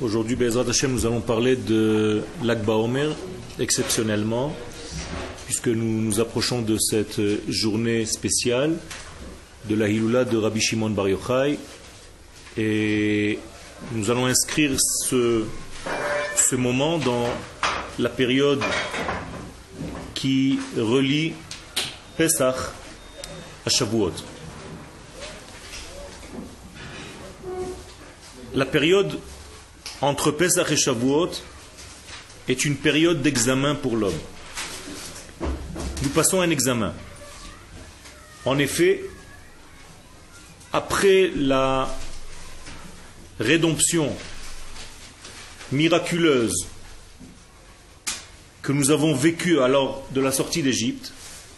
Aujourd'hui, Be'ezrat Hashem, nous allons parler de Lag BaOmer, exceptionnellement, puisque nous nous approchons de cette journée spéciale de la Hiloula de Rabbi Shimon Bar Yochai, et nous allons inscrire ce moment dans la période qui relie Pesach à Shavuot. La période entre Pesach et Shavuot est une période d'examen pour l'homme. Nous passons un examen. En effet, après la rédemption miraculeuse que nous avons vécue alors de la sortie d'Égypte,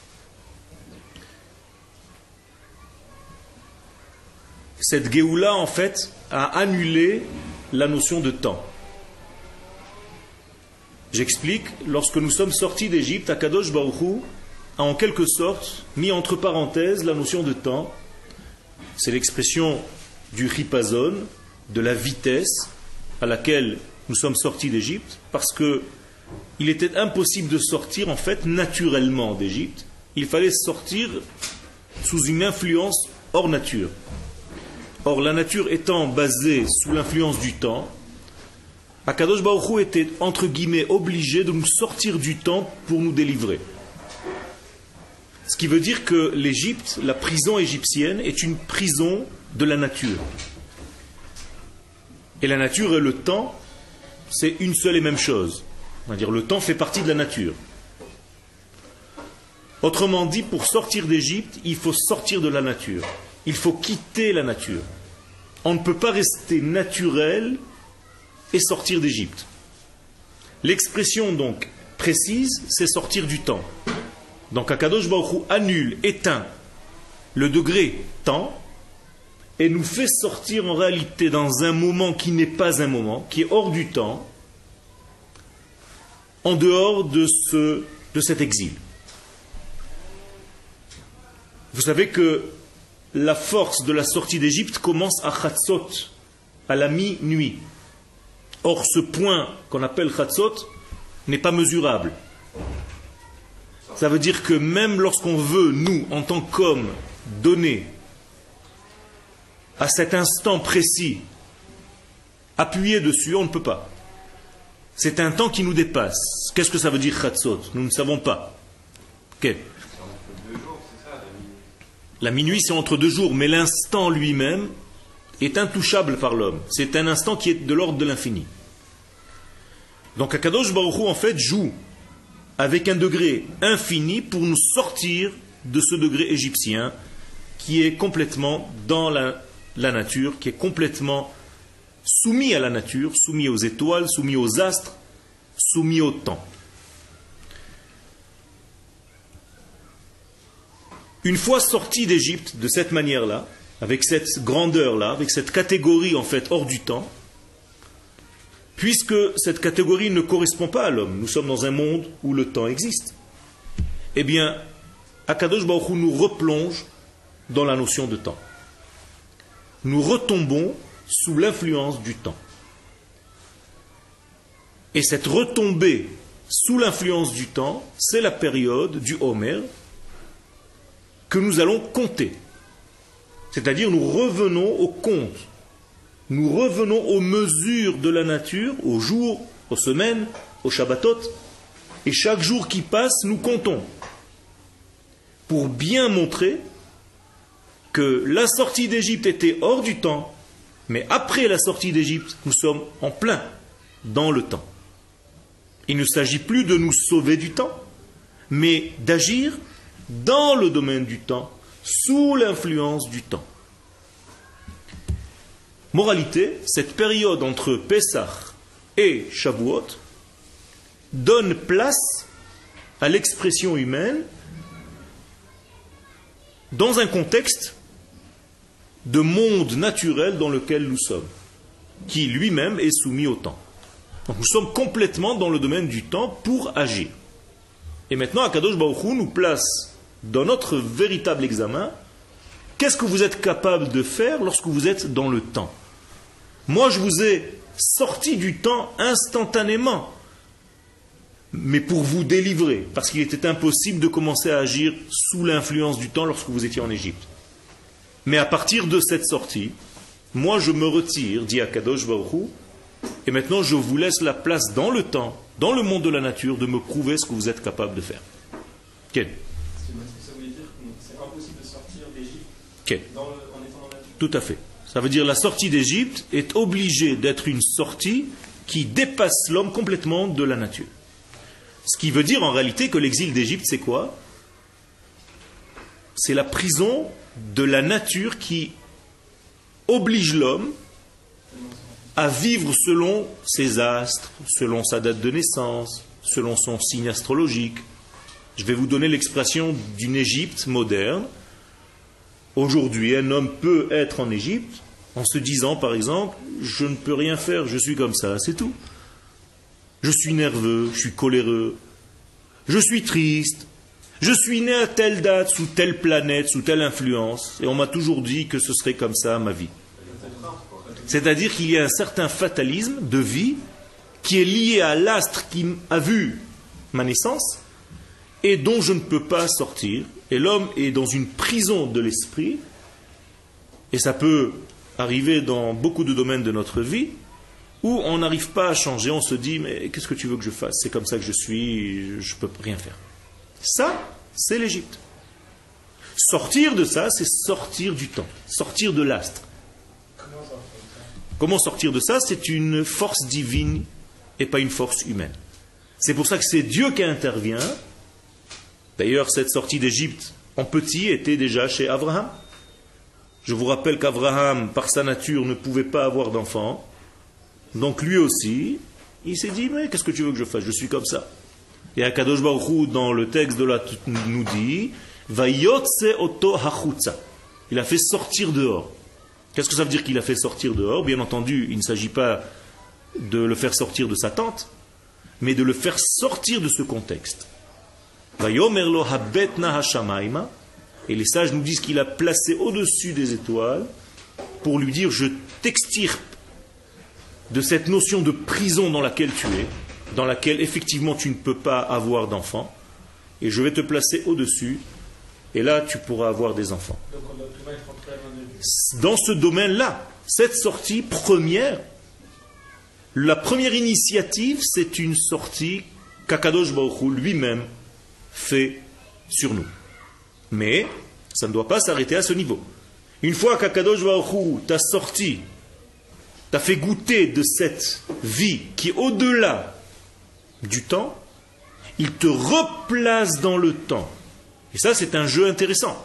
cette Géoula en fait a annulé la notion de temps. J'explique, lorsque nous sommes sortis d'Égypte, Akadosh Baruch Hu a en quelque sorte mis entre parenthèses la notion de temps. C'est l'expression du chipazon, de la vitesse à laquelle nous sommes sortis d'Égypte, parce que il était impossible de sortir en fait naturellement d'Égypte. Il fallait sortir sous une influence hors nature. Or, la nature étant basée sous l'influence du temps, Akadosh Baruch Hu était entre guillemets obligé de nous sortir du temps pour nous délivrer. Ce qui veut dire que l'Égypte, la prison égyptienne, est une prison de la nature. Et la nature et le temps, c'est une seule et même chose. On va dire le temps fait partie de la nature. Autrement dit, pour sortir d'Égypte, il faut sortir de la nature. Il faut quitter la nature. On ne peut pas rester naturel et sortir d'Égypte. L'expression donc précise, c'est sortir du temps. Donc Akadosh Baruch Hu annule, éteint le degré temps et nous fait sortir en réalité dans un moment qui n'est pas un moment, qui est hors du temps, en dehors de cet exil. Vous savez que la force de la sortie d'Égypte commence à Chatzot, à la minuit. Or, ce point qu'on appelle Chatzot n'est pas mesurable. Ça veut dire que même lorsqu'on veut, nous, en tant qu'hommes, donner à cet instant précis, appuyer dessus, on ne peut pas. C'est un temps qui nous dépasse. Qu'est-ce que ça veut dire Chatzot? Nous ne savons pas. Okay. La minuit, c'est entre 2 jours, mais l'instant lui-même est intouchable par l'homme. C'est un instant qui est de l'ordre de l'infini. Donc Akadosh Baruch Hu, en fait, joue avec un degré infini pour nous sortir de ce degré égyptien qui est complètement dans la nature, qui est complètement soumis à la nature, soumis aux étoiles, soumis aux astres, soumis au temps. Une fois sorti d'Égypte de cette manière-là, avec cette grandeur-là, avec cette catégorie en fait hors du temps, puisque cette catégorie ne correspond pas à l'homme, nous sommes dans un monde où le temps existe, eh bien, Akadosh Baruch Hu nous replonge dans la notion de temps. Nous retombons sous l'influence du temps. Et cette retombée sous l'influence du temps, c'est la période du Homer, que nous allons compter. C'est-à-dire nous revenons au compte. Nous revenons aux mesures de la nature, aux jours, aux semaines, aux Shabbatot. Et chaque jour qui passe, nous comptons. Pour bien montrer que la sortie d'Égypte était hors du temps, mais après la sortie d'Égypte, nous sommes en plein dans le temps. Il ne s'agit plus de nous sauver du temps, mais d'agir dans le domaine du temps, sous l'influence du temps. Moralité, cette période entre Pesach et Shavuot donne place à l'expression humaine dans un contexte de monde naturel dans lequel nous sommes, qui lui-même est soumis au temps. Donc nous sommes complètement dans le domaine du temps pour agir. Et maintenant, Akadosh Baruch Hu nous place dans notre véritable examen. Qu'est-ce que vous êtes capable de faire lorsque vous êtes dans le temps? Moi, je vous ai sorti du temps instantanément, mais pour vous délivrer, parce qu'il était impossible de commencer à agir sous l'influence du temps lorsque vous étiez en Égypte. Mais à partir de cette sortie, moi je me retire, dit Akadosh Baruch Hu, et maintenant je vous laisse la place dans le temps, dans le monde de la nature, de me prouver ce que vous êtes capable de faire. Ken? Ça veut dire que c'est impossible de sortir d'Égypte Ken? en étant dans la nature. Tout à fait. Ça veut dire la sortie d'Égypte est obligée d'être une sortie qui dépasse l'homme complètement de la nature. Ce qui veut dire en réalité que l'exil d'Égypte, c'est quoi? C'est la prison de la nature qui oblige l'homme à vivre selon ses astres, selon sa date de naissance, selon son signe astrologique. Je vais vous donner l'expression d'une Égypte moderne. Aujourd'hui, un homme peut être en Égypte en se disant, par exemple, je ne peux rien faire, je suis comme ça, c'est tout. Je suis nerveux, je suis coléreux, je suis triste, je suis né à telle date, sous telle planète, sous telle influence, et on m'a toujours dit que ce serait comme ça ma vie. C'est-à-dire qu'il y a un certain fatalisme de vie qui est lié à l'astre qui a vu ma naissance et dont je ne peux pas sortir. Et l'homme est dans une prison de l'esprit, et ça peut arriver dans beaucoup de domaines de notre vie, où on n'arrive pas à changer, on se dit, mais qu'est-ce que tu veux que je fasse? C'est comme ça que je suis, je ne peux rien faire. Ça, c'est l'Égypte. Sortir de ça, c'est sortir du temps, sortir de l'astre. Comment sortir de ça? C'est une force divine et pas une force humaine. C'est pour ça que c'est Dieu qui intervient. D'ailleurs, cette sortie d'Égypte en petit était déjà chez Abraham. Je vous rappelle qu'Abraham, par sa nature, ne pouvait pas avoir d'enfant. Donc lui aussi, il s'est dit, mais qu'est-ce que tu veux que je fasse? Je suis comme ça. Et Akadosh Baruch Hu, dans le texte de la nous dit, Vayotse oto hachutza. Il a fait sortir dehors. Qu'est-ce que ça veut dire qu'il a fait sortir dehors? Bien entendu, il ne s'agit pas de le faire sortir de sa tente, mais de le faire sortir de ce contexte. Vayomer lo habetna hashamayma. Et les sages nous disent qu'il a placé au-dessus des étoiles pour lui dire, je t'extirpe de cette notion de prison dans laquelle tu es, dans laquelle effectivement tu ne peux pas avoir d'enfants, et je vais te placer au-dessus, et là tu pourras avoir des enfants. Donc on doit tout mettre entre les mains de Dieu. Dans ce domaine-là, cette sortie première, la première initiative, c'est une sortie qu'Akadosh Baruch Hu lui-même fait sur nous. Mais ça ne doit pas s'arrêter à ce niveau. Une fois qu'Akadosh Baruch Hu t'a sorti, t'a fait goûter de cette vie qui est au-delà du temps, il te replace dans le temps. Et ça, c'est un jeu intéressant.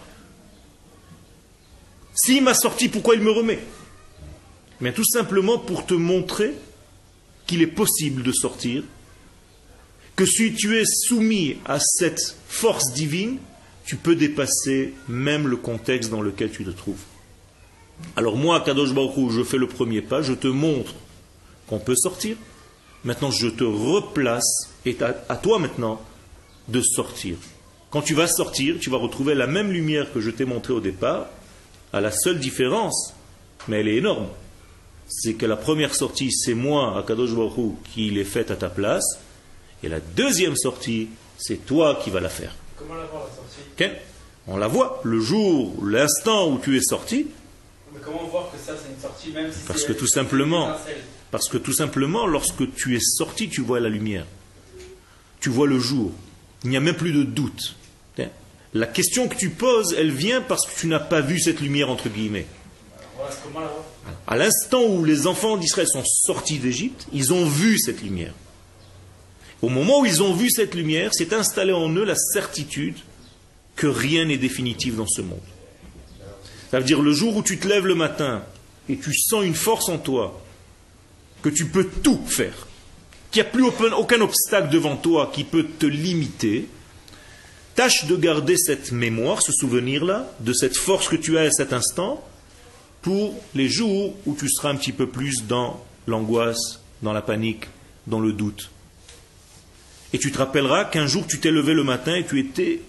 S'il m'a sorti, pourquoi il me remet? Mais tout simplement pour te montrer qu'il est possible de sortir, que si tu es soumis à cette force divine, tu peux dépasser même le contexte dans lequel tu te trouves. Alors moi, Kadosh Baruch Hu, je fais le premier pas, je te montre qu'on peut sortir. Maintenant, je te replace, et à toi maintenant de sortir. Quand tu vas sortir, tu vas retrouver la même lumière que je t'ai montrée au départ, à la seule différence, mais elle est énorme. C'est que la première sortie, c'est moi, Akadosh Baruch Hu, qui l'ai faite à ta place, et la deuxième sortie, c'est toi qui vas la faire. Comment la voir la sortie? Okay? On la voit, le jour, l'instant où tu es sorti. Mais comment voir que ça c'est une sortie même si Parce c'est que tout simplement, lorsque tu es sorti, tu vois la lumière. Tu vois le jour. Il n'y a même plus de doute. Okay? La question que tu poses, elle vient parce que tu n'as pas vu cette lumière, entre guillemets. Alors, voilà, comment la voir? À l'instant où les enfants d'Israël sont sortis d'Égypte, ils ont vu cette lumière. Au moment où ils ont vu cette lumière, s'est installée en eux la certitude que rien n'est définitif dans ce monde. Ça veut dire le jour où tu te lèves le matin et tu sens une force en toi, que tu peux tout faire, qu'il n'y a plus aucun obstacle devant toi qui peut te limiter, tâche de garder cette mémoire, ce souvenir-là, de cette force que tu as à cet instant, pour les jours où tu seras un petit peu plus dans l'angoisse, dans la panique, dans le doute. Et tu te rappelleras qu'un jour tu t'es levé le matin et tu étais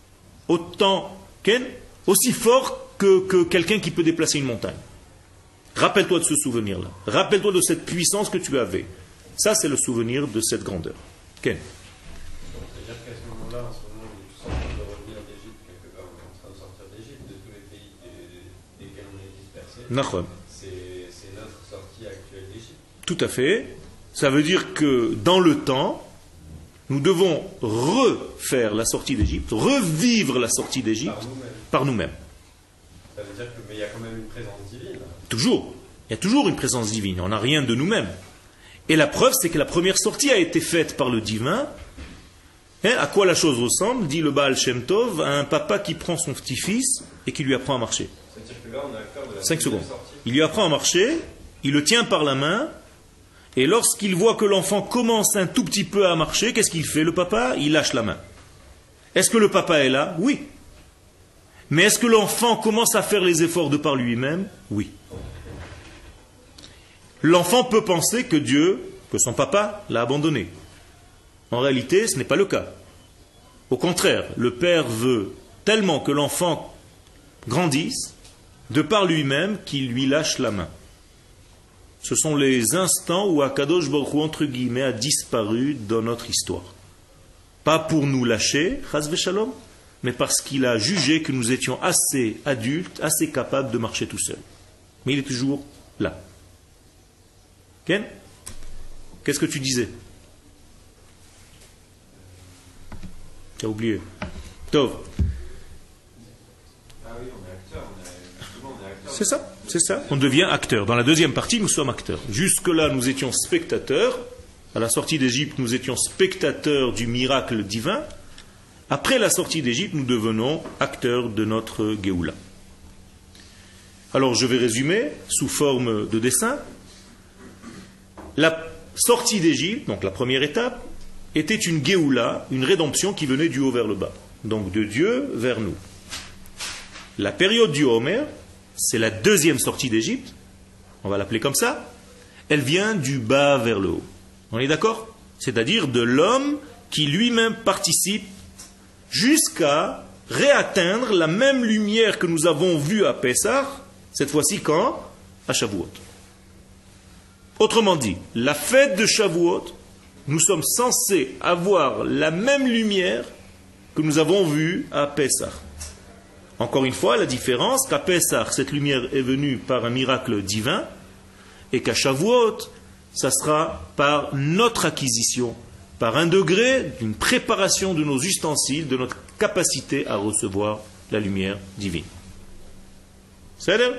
aussi fort que quelqu'un qui peut déplacer une montagne. Rappelle-toi de ce souvenir-là. Rappelle-toi de cette puissance que tu avais. Ça, c'est le souvenir de cette grandeur. Ken. C'est-à-dire qu'à ce moment-là, en ce moment, on est tous en train de revenir d'Égypte, quelque part, on est en train de sortir d'Égypte, de tous les pays desquels on est dispersés. C'est notre sortie actuelle d'Égypte. Tout à fait. Ça veut dire que dans le temps, nous devons refaire la sortie d'Égypte, revivre la sortie d'Égypte par nous-mêmes. Ça veut dire qu'il y a quand même une présence divine. Toujours. Il y a toujours une présence divine. On n'a rien de nous-mêmes. Et la preuve, c'est que la première sortie a été faite par le divin. À quoi la chose ressemble, dit le Baal Shem Tov, à un papa qui prend son petit-fils et qui lui apprend à marcher. C'est-à-dire que là, on est acteur de la 5 secondes. sortie. Il lui apprend à marcher, il le tient par la main, et lorsqu'il voit que l'enfant commence un tout petit peu à marcher, qu'est-ce qu'il fait, le papa? Il lâche la main. Est-ce que le papa est là? Oui. Mais est-ce que l'enfant commence à faire les efforts de par lui-même? Oui. L'enfant peut penser que Dieu, que son papa, l'a abandonné. En réalité, ce n'est pas le cas. Au contraire, le père veut tellement que l'enfant grandisse, de par lui-même, qu'il lui lâche la main. Ce sont les instants où Akadosh Baruch Hu, entre guillemets, a disparu dans notre histoire. Pas pour nous lâcher, chas v'shalom, mais parce qu'il a jugé que nous étions assez adultes, assez capables de marcher tout seuls. Mais il est toujours là. Ken? Qu'est-ce que tu disais? Tu as oublié. Tov. Ah oui, on est acteur. C'est ça. On devient acteur. Dans la deuxième partie, nous sommes acteurs. Jusque-là, nous étions spectateurs. À la sortie d'Égypte, nous étions spectateurs du miracle divin. Après la sortie d'Égypte, nous devenons acteurs de notre Géoula. Alors, je vais résumer sous forme de dessin. La sortie d'Égypte, donc la première étape, était une Géoula, une rédemption qui venait du haut vers le bas. Donc de Dieu vers nous. La période du Homer, c'est la deuxième sortie d'Égypte, on va l'appeler comme ça, elle vient du bas vers le haut. On est d'accord? C'est-à-dire de l'homme qui lui-même participe jusqu'à réatteindre la même lumière que nous avons vue à Pessah, cette fois-ci quand? À Shavuot. Autrement dit, la fête de Shavuot, nous sommes censés avoir la même lumière que nous avons vue à Pessah. Encore une fois, la différence qu'à Pessah, cette lumière est venue par un miracle divin, et qu'à Shavuot, ça sera par notre acquisition, par un degré d'une préparation de nos ustensiles, de notre capacité à recevoir la lumière divine. C'est là?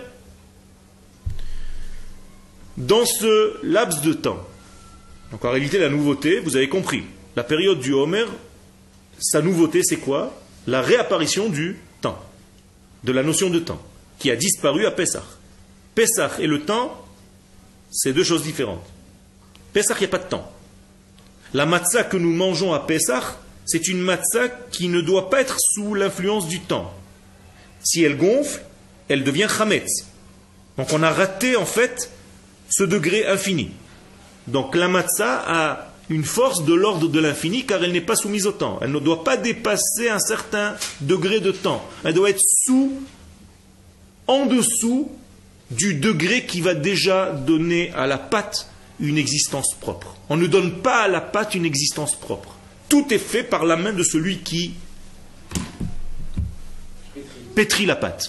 Dans ce laps de temps, donc en réalité la nouveauté, vous avez compris, la période du Homer, sa nouveauté c'est quoi? La réapparition du temps, de la notion de temps, qui a disparu à Pessah. Pessah et le temps, c'est deux choses différentes. Pessah, il n'y a pas de temps. La matzah que nous mangeons à Pessah, c'est une matzah qui ne doit pas être sous l'influence du temps. Si elle gonfle, elle devient chametz. Donc on a raté en fait ce degré infini. Donc la matzah a une force de l'ordre de l'infini car elle n'est pas soumise au temps. Elle ne doit pas dépasser un certain degré de temps. Elle doit être en dessous du degré qui va déjà donner à la pâte une existence propre. On ne donne pas à la pâte une existence propre. Tout est fait par la main de celui qui pétrit la pâte.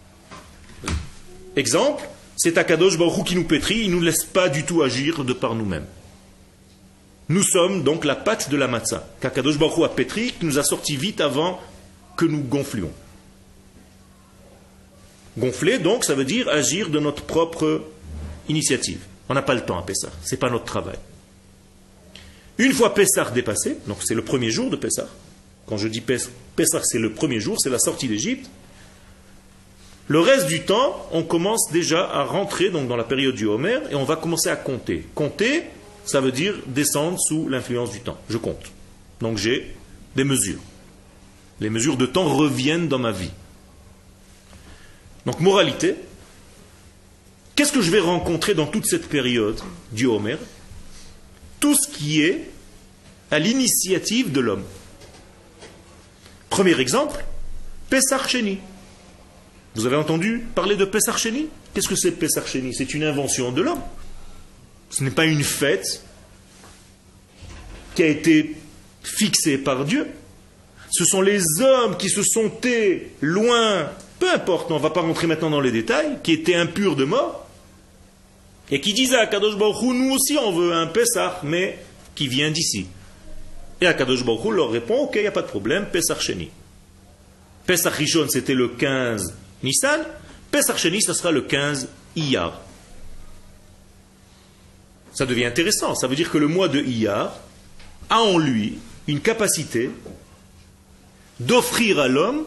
Exemple, c'est Akadosh Baruch Hu qui nous pétrit, il ne nous laisse pas du tout agir de par nous-mêmes. Nous sommes donc la pâte de la matzah, qu'Akadosh Baruch Hu a pétri, qui nous a sorti vite avant que nous gonflions. Gonfler, donc, ça veut dire agir de notre propre initiative. On n'a pas le temps à Pessah, ce n'est pas notre travail. Une fois Pessah dépassé, donc c'est le premier jour de Pessah, quand je dis Pessah c'est le premier jour, c'est la sortie d'Égypte, le reste du temps, on commence déjà à rentrer donc, dans la période du Homer et on va commencer à compter. Compter, ça veut dire descendre sous l'influence du temps. Je compte. Donc j'ai des mesures. Les mesures de temps reviennent dans ma vie. Donc moralité, qu'est-ce que je vais rencontrer dans toute cette période du Homer? Tout ce qui est à l'initiative de l'homme. Premier exemple, Pessah Sheni. Vous avez entendu parler de Pesach Sheni? Qu'est-ce que c'est Pesach Sheni? C'est une invention de l'homme. Ce n'est pas une fête qui a été fixée par Dieu. Ce sont les hommes qui se sont tés loin, peu importe, on ne va pas rentrer maintenant dans les détails, qui étaient impurs de mort, et qui disaient à Kadosh Baruch Hu, nous aussi on veut un Pesach, mais qui vient d'ici. Et Akadosh Baruch Hu leur répond, ok, il n'y a pas de problème, Pesach Sheni. Pesach Rishon, c'était le 15 Nissan, Pesach Sheni, ça sera le 15 Iyar. Ça devient intéressant, ça veut dire que le mois de Iyar a en lui une capacité d'offrir à l'homme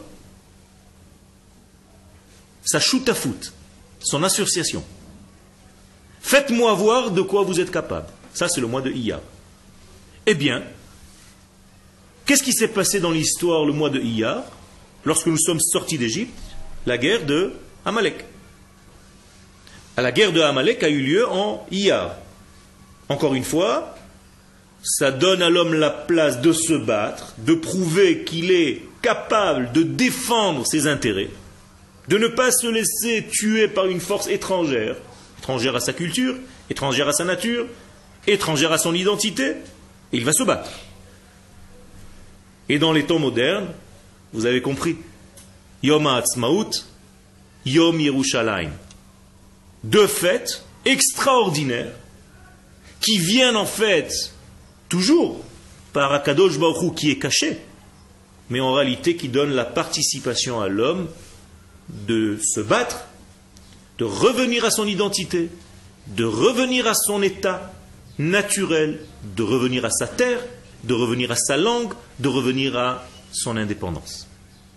sa choutafout, son association. Faites-moi voir de quoi vous êtes capable. Ça, c'est le mois de Iyar. Eh bien, qu'est-ce qui s'est passé dans l'histoire le mois de Iyar, lorsque nous sommes sortis d'Égypte? La guerre de Amalek. La guerre de Amalek a eu lieu en Iyar. Encore une fois, ça donne à l'homme la place de se battre, de prouver qu'il est capable de défendre ses intérêts, de ne pas se laisser tuer par une force étrangère, étrangère à sa culture, étrangère à sa nature, étrangère à son identité, et il va se battre. Et dans les temps modernes, vous avez compris, Yom HaAtzmaut, Yom Yerushalayim. Deux fêtes extraordinaires qui viennent en fait toujours par Akadosh Baruch Hu qui est caché, mais en réalité qui donne la participation à l'homme de se battre, de revenir à son identité, de revenir à son état naturel, de revenir à sa terre, de revenir à sa langue, de revenir à son indépendance.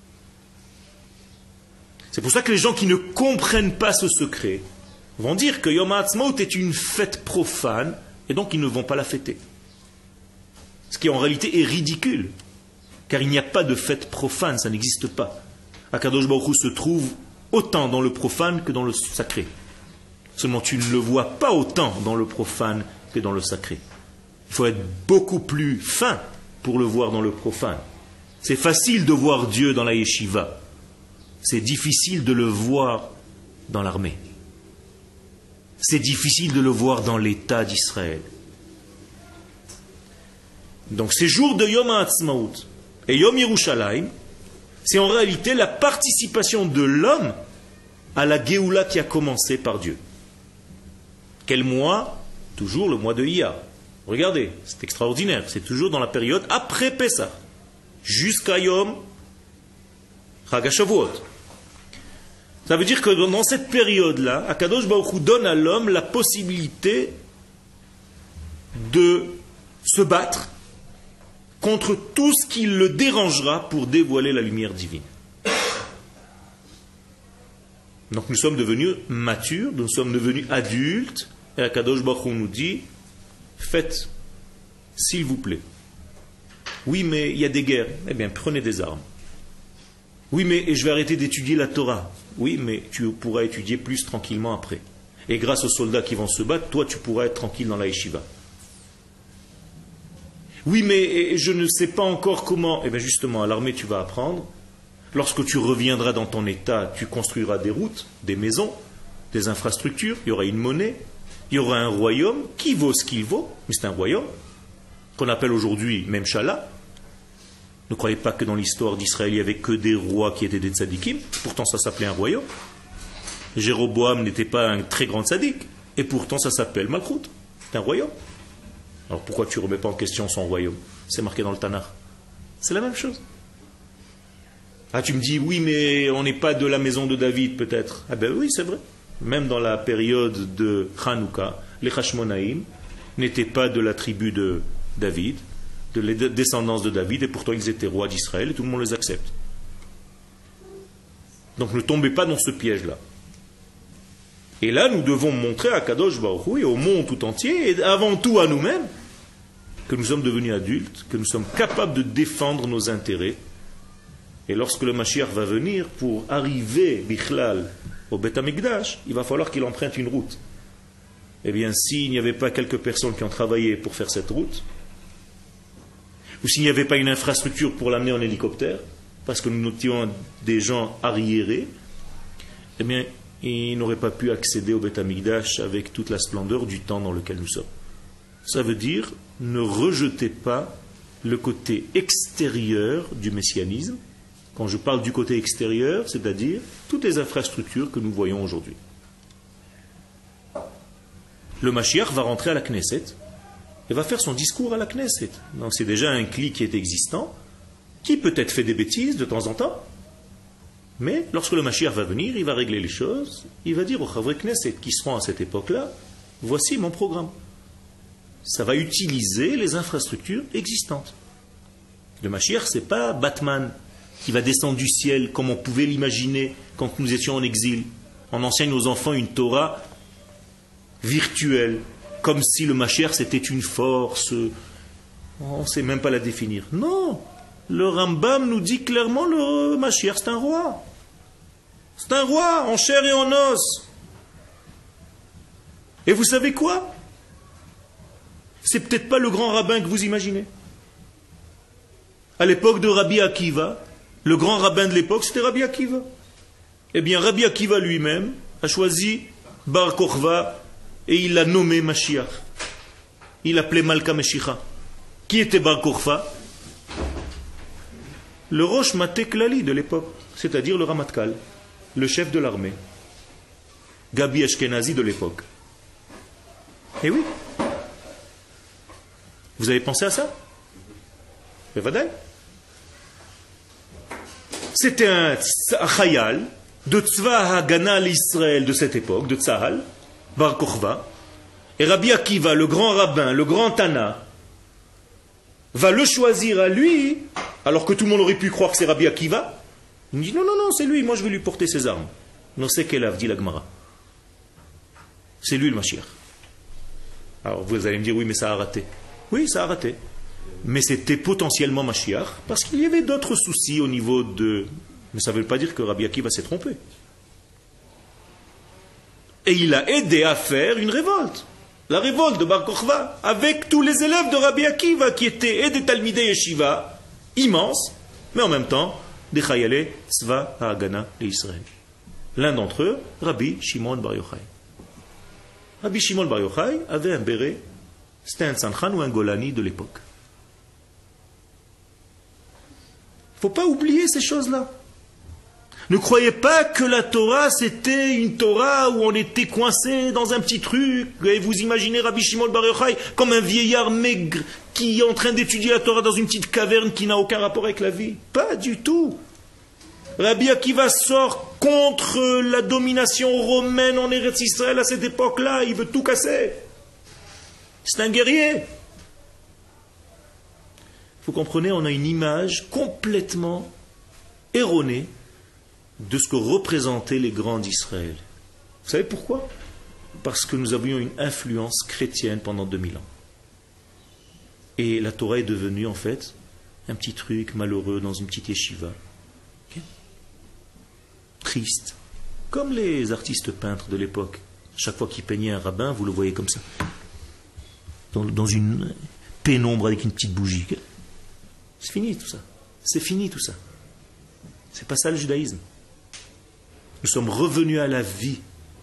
C'est pour ça que les gens qui ne comprennent pas ce secret vont dire que Yom HaAtzmaut est une fête profane et donc ils ne vont pas la fêter. Ce qui en réalité est ridicule, car il n'y a pas de fête profane, ça n'existe pas. Akadosh Baruch Hu se trouve autant dans le profane que dans le sacré. Seulement tu ne le vois pas autant dans le profane que dans le sacré. Il faut être beaucoup plus fin pour le voir dans le profane. C'est facile de voir Dieu dans la yeshiva. C'est difficile de le voir dans l'armée. C'est difficile de le voir dans l'État d'Israël. Donc ces jours de Yom HaAtzmaut et Yom Yerushalayim, c'est en réalité la participation de l'homme à la Géoula qui a commencé par Dieu. Quel mois? Toujours le mois de Iyar. Regardez, c'est extraordinaire. C'est toujours dans la période après Pessah, jusqu'à Yom Chag HaShavuot. Ça veut dire que dans cette période-là, Akadosh Baruch Hu donne à l'homme la possibilité de se battre contre tout ce qui le dérangera pour dévoiler la lumière divine. Donc nous sommes devenus matures, nous sommes devenus adultes, et Akadosh Baruch Hu nous dit, faites, s'il vous plaît. Oui, mais il y a des guerres. Eh bien, prenez des armes. Oui, mais je vais arrêter d'étudier la Torah. Oui, mais tu pourras étudier plus tranquillement après. Et grâce aux soldats qui vont se battre, toi, tu pourras être tranquille dans la yeshiva. Oui, mais je ne sais pas encore comment. Eh bien, justement, à l'armée, tu vas apprendre. Lorsque tu reviendras dans ton état, tu construiras des routes, des maisons, des infrastructures. Il y aura une monnaie. Il y aura un royaume qui vaut ce qu'il vaut. Mais c'est un royaume qu'on appelle aujourd'hui Memshala. Ne croyez pas que dans l'histoire d'Israël, il n'y avait que des rois qui étaient des tzadikim. Pourtant, ça s'appelait un royaume. Jéroboam n'était pas un très grand tzadik. Et pourtant, ça s'appelle Malchut. C'est un royaume. Alors pourquoi tu ne remets pas en question son royaume? C'est marqué dans le Tanakh. C'est la même chose. Ah, tu me dis, oui, mais on n'est pas de la maison de David, peut-être. Ah ben oui, c'est vrai. Même dans la période de Hanouka, les Hashmonaïm n'étaient pas de la tribu de David, de la descendance de David, et pourtant ils étaient rois d'Israël, et tout le monde les accepte. Donc ne tombez pas dans ce piège-là. Et là, nous devons montrer à Kadosh Baruch Hu et au monde tout entier, et avant tout à nous-mêmes, que nous sommes devenus adultes, que nous sommes capables de défendre nos intérêts. Et lorsque le Mashiach va venir, pour arriver, bichlal, au Beth Amikdash, il va falloir qu'il emprunte une route. Eh bien, s'il n'y avait pas quelques personnes qui ont travaillé pour faire cette route, ou s'il n'y avait pas une infrastructure pour l'amener en hélicoptère, parce que nous étions des gens arriérés, eh bien, il n'aurait pas pu accéder au Beth Amikdash avec toute la splendeur du temps dans lequel nous sommes. Ça veut dire, ne rejetez pas le côté extérieur du messianisme. Quand je parle du côté extérieur, c'est-à-dire toutes les infrastructures que nous voyons aujourd'hui. Le Mashiach va rentrer à la Knesset et va faire son discours à la Knesset. Donc c'est déjà un cli qui est existant, qui peut-être fait des bêtises de temps en temps, mais lorsque le Mashiach va venir, il va régler les choses, il va dire aux Chavre Knesset qui seront à cette époque-là, voici mon programme. Ça va utiliser les infrastructures existantes. Le Mashiach, ce n'est pas Batman qui va descendre du ciel comme on pouvait l'imaginer quand nous étions en exil. On enseigne aux enfants une Torah virtuelle, comme si le Mashiach c'était une force. On ne sait même pas la définir. Non, le Rambam nous dit clairement le Mashiach c'est un roi. C'est un roi en chair et en os. Et vous savez quoi? C'est peut-être pas le grand rabbin que vous imaginez. À l'époque de Rabbi Akiva, le grand rabbin de l'époque, c'était Rabbi Akiva. Eh bien, Rabbi Akiva lui-même a choisi Bar Kokhba et il l'a nommé Mashiach. Il l'appelait Malka Meshicha. Qui était Bar Kokhba? Le Rosh Maté Klali de l'époque, c'est-à-dire le Ramatkal, le chef de l'armée. Gabi Ashkenazi de l'époque. Eh oui. Vous avez pensé à ça? Bevadai. C'était un chayal de Tzva Hagana l'Israël de cette époque, de Tzahal, Bar Kokhba. Et Rabbi Akiva, le grand rabbin, le grand Tana, va le choisir à lui, alors que tout le monde aurait pu croire que c'est Rabbi Akiva. Il dit non, non, non, c'est lui, moi je vais lui porter ses armes. Non, c'est qu'elle a, dit la Gemara. C'est lui le Mashiach. Alors vous allez me dire, oui, mais ça a raté. Oui, ça a raté. Mais c'était potentiellement Mashiach, parce qu'il y avait d'autres soucis au niveau de... Mais ça ne veut pas dire que Rabbi Akiva s'est trompé. Et il a aidé à faire une révolte. La révolte de Bar Kokhba, avec tous les élèves de Rabbi Akiva, qui étaient et des Talmidei Yeshiva, immenses, mais en même temps, des Chayalei Tzva Hagana l'Israël. L'un d'entre eux, Rabbi Shimon Bar Yochai. Rabbi Shimon Bar Yochai avait un béret, c'était un Tzanchon ou un Golani de l'époque. Il ne faut pas oublier ces choses-là. Ne croyez pas que la Torah, c'était une Torah où on était coincé dans un petit truc. Et vous imaginez Rabbi Shimon Bar Yochai comme un vieillard maigre qui est en train d'étudier la Torah dans une petite caverne qui n'a aucun rapport avec la vie. Pas du tout. Rabbi Akiva sort contre la domination romaine en Eretz Israël à cette époque-là. Il veut tout casser. C'est un guerrier. Vous comprenez, on a une image complètement erronée de ce que représentaient les grands d'Israël. Vous savez pourquoi? Parce que nous avions une influence chrétienne pendant 2000 ans. Et la Torah est devenue en fait un petit truc malheureux dans une petite yeshiva. Okay? Triste. Comme les artistes peintres de l'époque. Chaque fois qu'ils peignaient un rabbin, vous le voyez comme ça. Dans une pénombre avec une petite bougie. Okay? C'est fini tout ça. C'est fini tout ça. C'est pas ça le judaïsme. Nous sommes revenus à la vie.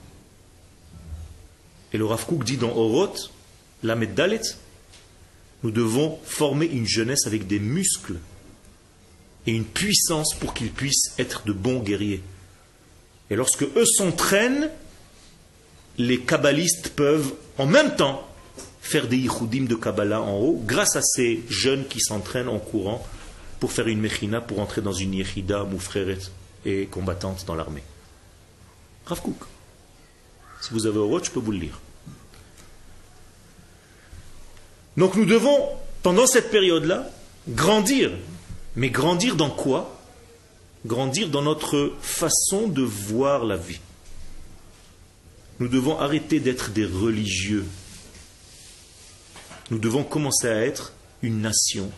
Et le Rav Kook dit dans Oroth, Lamed Dalet, nous devons former une jeunesse avec des muscles et une puissance pour qu'ils puissent être de bons guerriers. Et lorsque eux s'entraînent, les kabbalistes peuvent en même temps faire des yichoudim de Kabbalah en haut, grâce à ces jeunes qui s'entraînent en courant pour faire une mechina, pour entrer dans une yechida, moufreret et combattante dans l'armée. Rav Kook. Si vous avez Oroth, je peux vous le lire. Donc nous devons, pendant cette période-là, grandir. Mais grandir dans quoi? Grandir dans notre façon de voir la vie. Nous devons arrêter d'être des religieux. Nous devons commencer à être une nation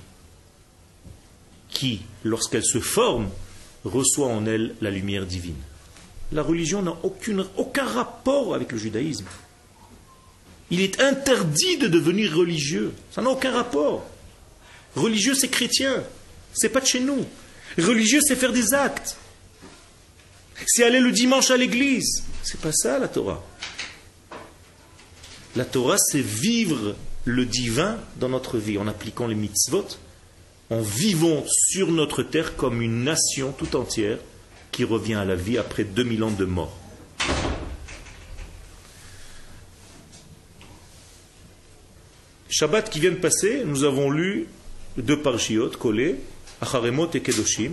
qui, lorsqu'elle se forme, reçoit en elle la lumière divine. La religion n'a aucun rapport avec le judaïsme. Il est interdit de devenir religieux. Ça n'a aucun rapport. Religieux, c'est chrétien. C'est pas de chez nous. Religieux, c'est faire des actes. C'est aller le dimanche à l'église. C'est pas ça la Torah. La Torah, c'est vivre le divin dans notre vie en appliquant les mitzvot, en vivant sur notre terre comme une nation tout entière qui revient à la vie après 2000 ans de mort. Shabbat qui vient de passer, nous avons lu 2 parshiot collés, Acharemot et Kedoshim.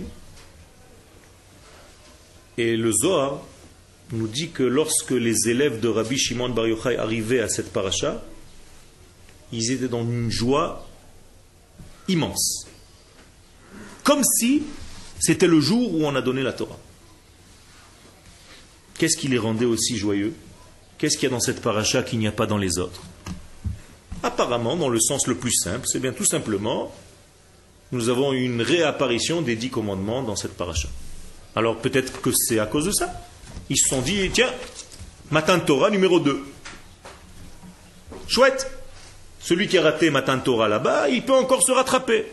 Et le Zohar nous dit que lorsque les élèves de Rabbi Shimon Bar Yochai arrivaient à cette paracha, ils étaient dans une joie immense. Comme si c'était le jour où on a donné la Torah. Qu'est-ce qui les rendait aussi joyeux? Qu'est-ce qu'il y a dans cette paracha qu'il n'y a pas dans les autres? Apparemment, dans le sens le plus simple, c'est bien tout simplement, nous avons une réapparition des 10 commandements dans cette paracha. Alors peut-être que c'est à cause de ça. Ils se sont dit, tiens, Matan Torah numéro 2. Chouette. Celui qui a raté Matan Torah là-bas, il peut encore se rattraper.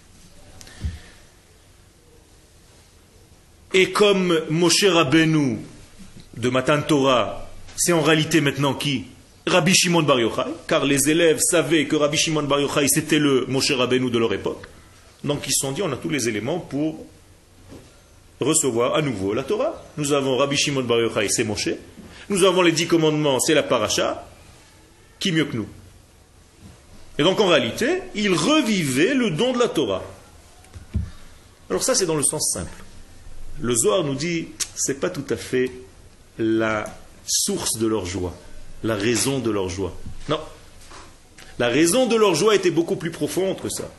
Et comme Moshe Rabbeinu de Matan Torah, c'est en réalité maintenant qui? Rabbi Shimon Bar Yochai, car les élèves savaient que Rabbi Shimon Bar Yochai c'était le Moshe Rabbeinu de leur époque. Donc ils se sont dit, on a tous les éléments pour recevoir à nouveau la Torah. Nous avons Rabbi Shimon Bar Yochai, c'est Moshe. Nous avons les 10 commandements, c'est la paracha. Qui mieux que nous? Et donc en réalité, ils revivaient le don de la Torah. Alors ça c'est dans le sens simple. Le Zohar nous dit, c'est pas tout à fait la source de leur joie, la raison de leur joie. Non. La raison de leur joie était beaucoup plus profonde que ça.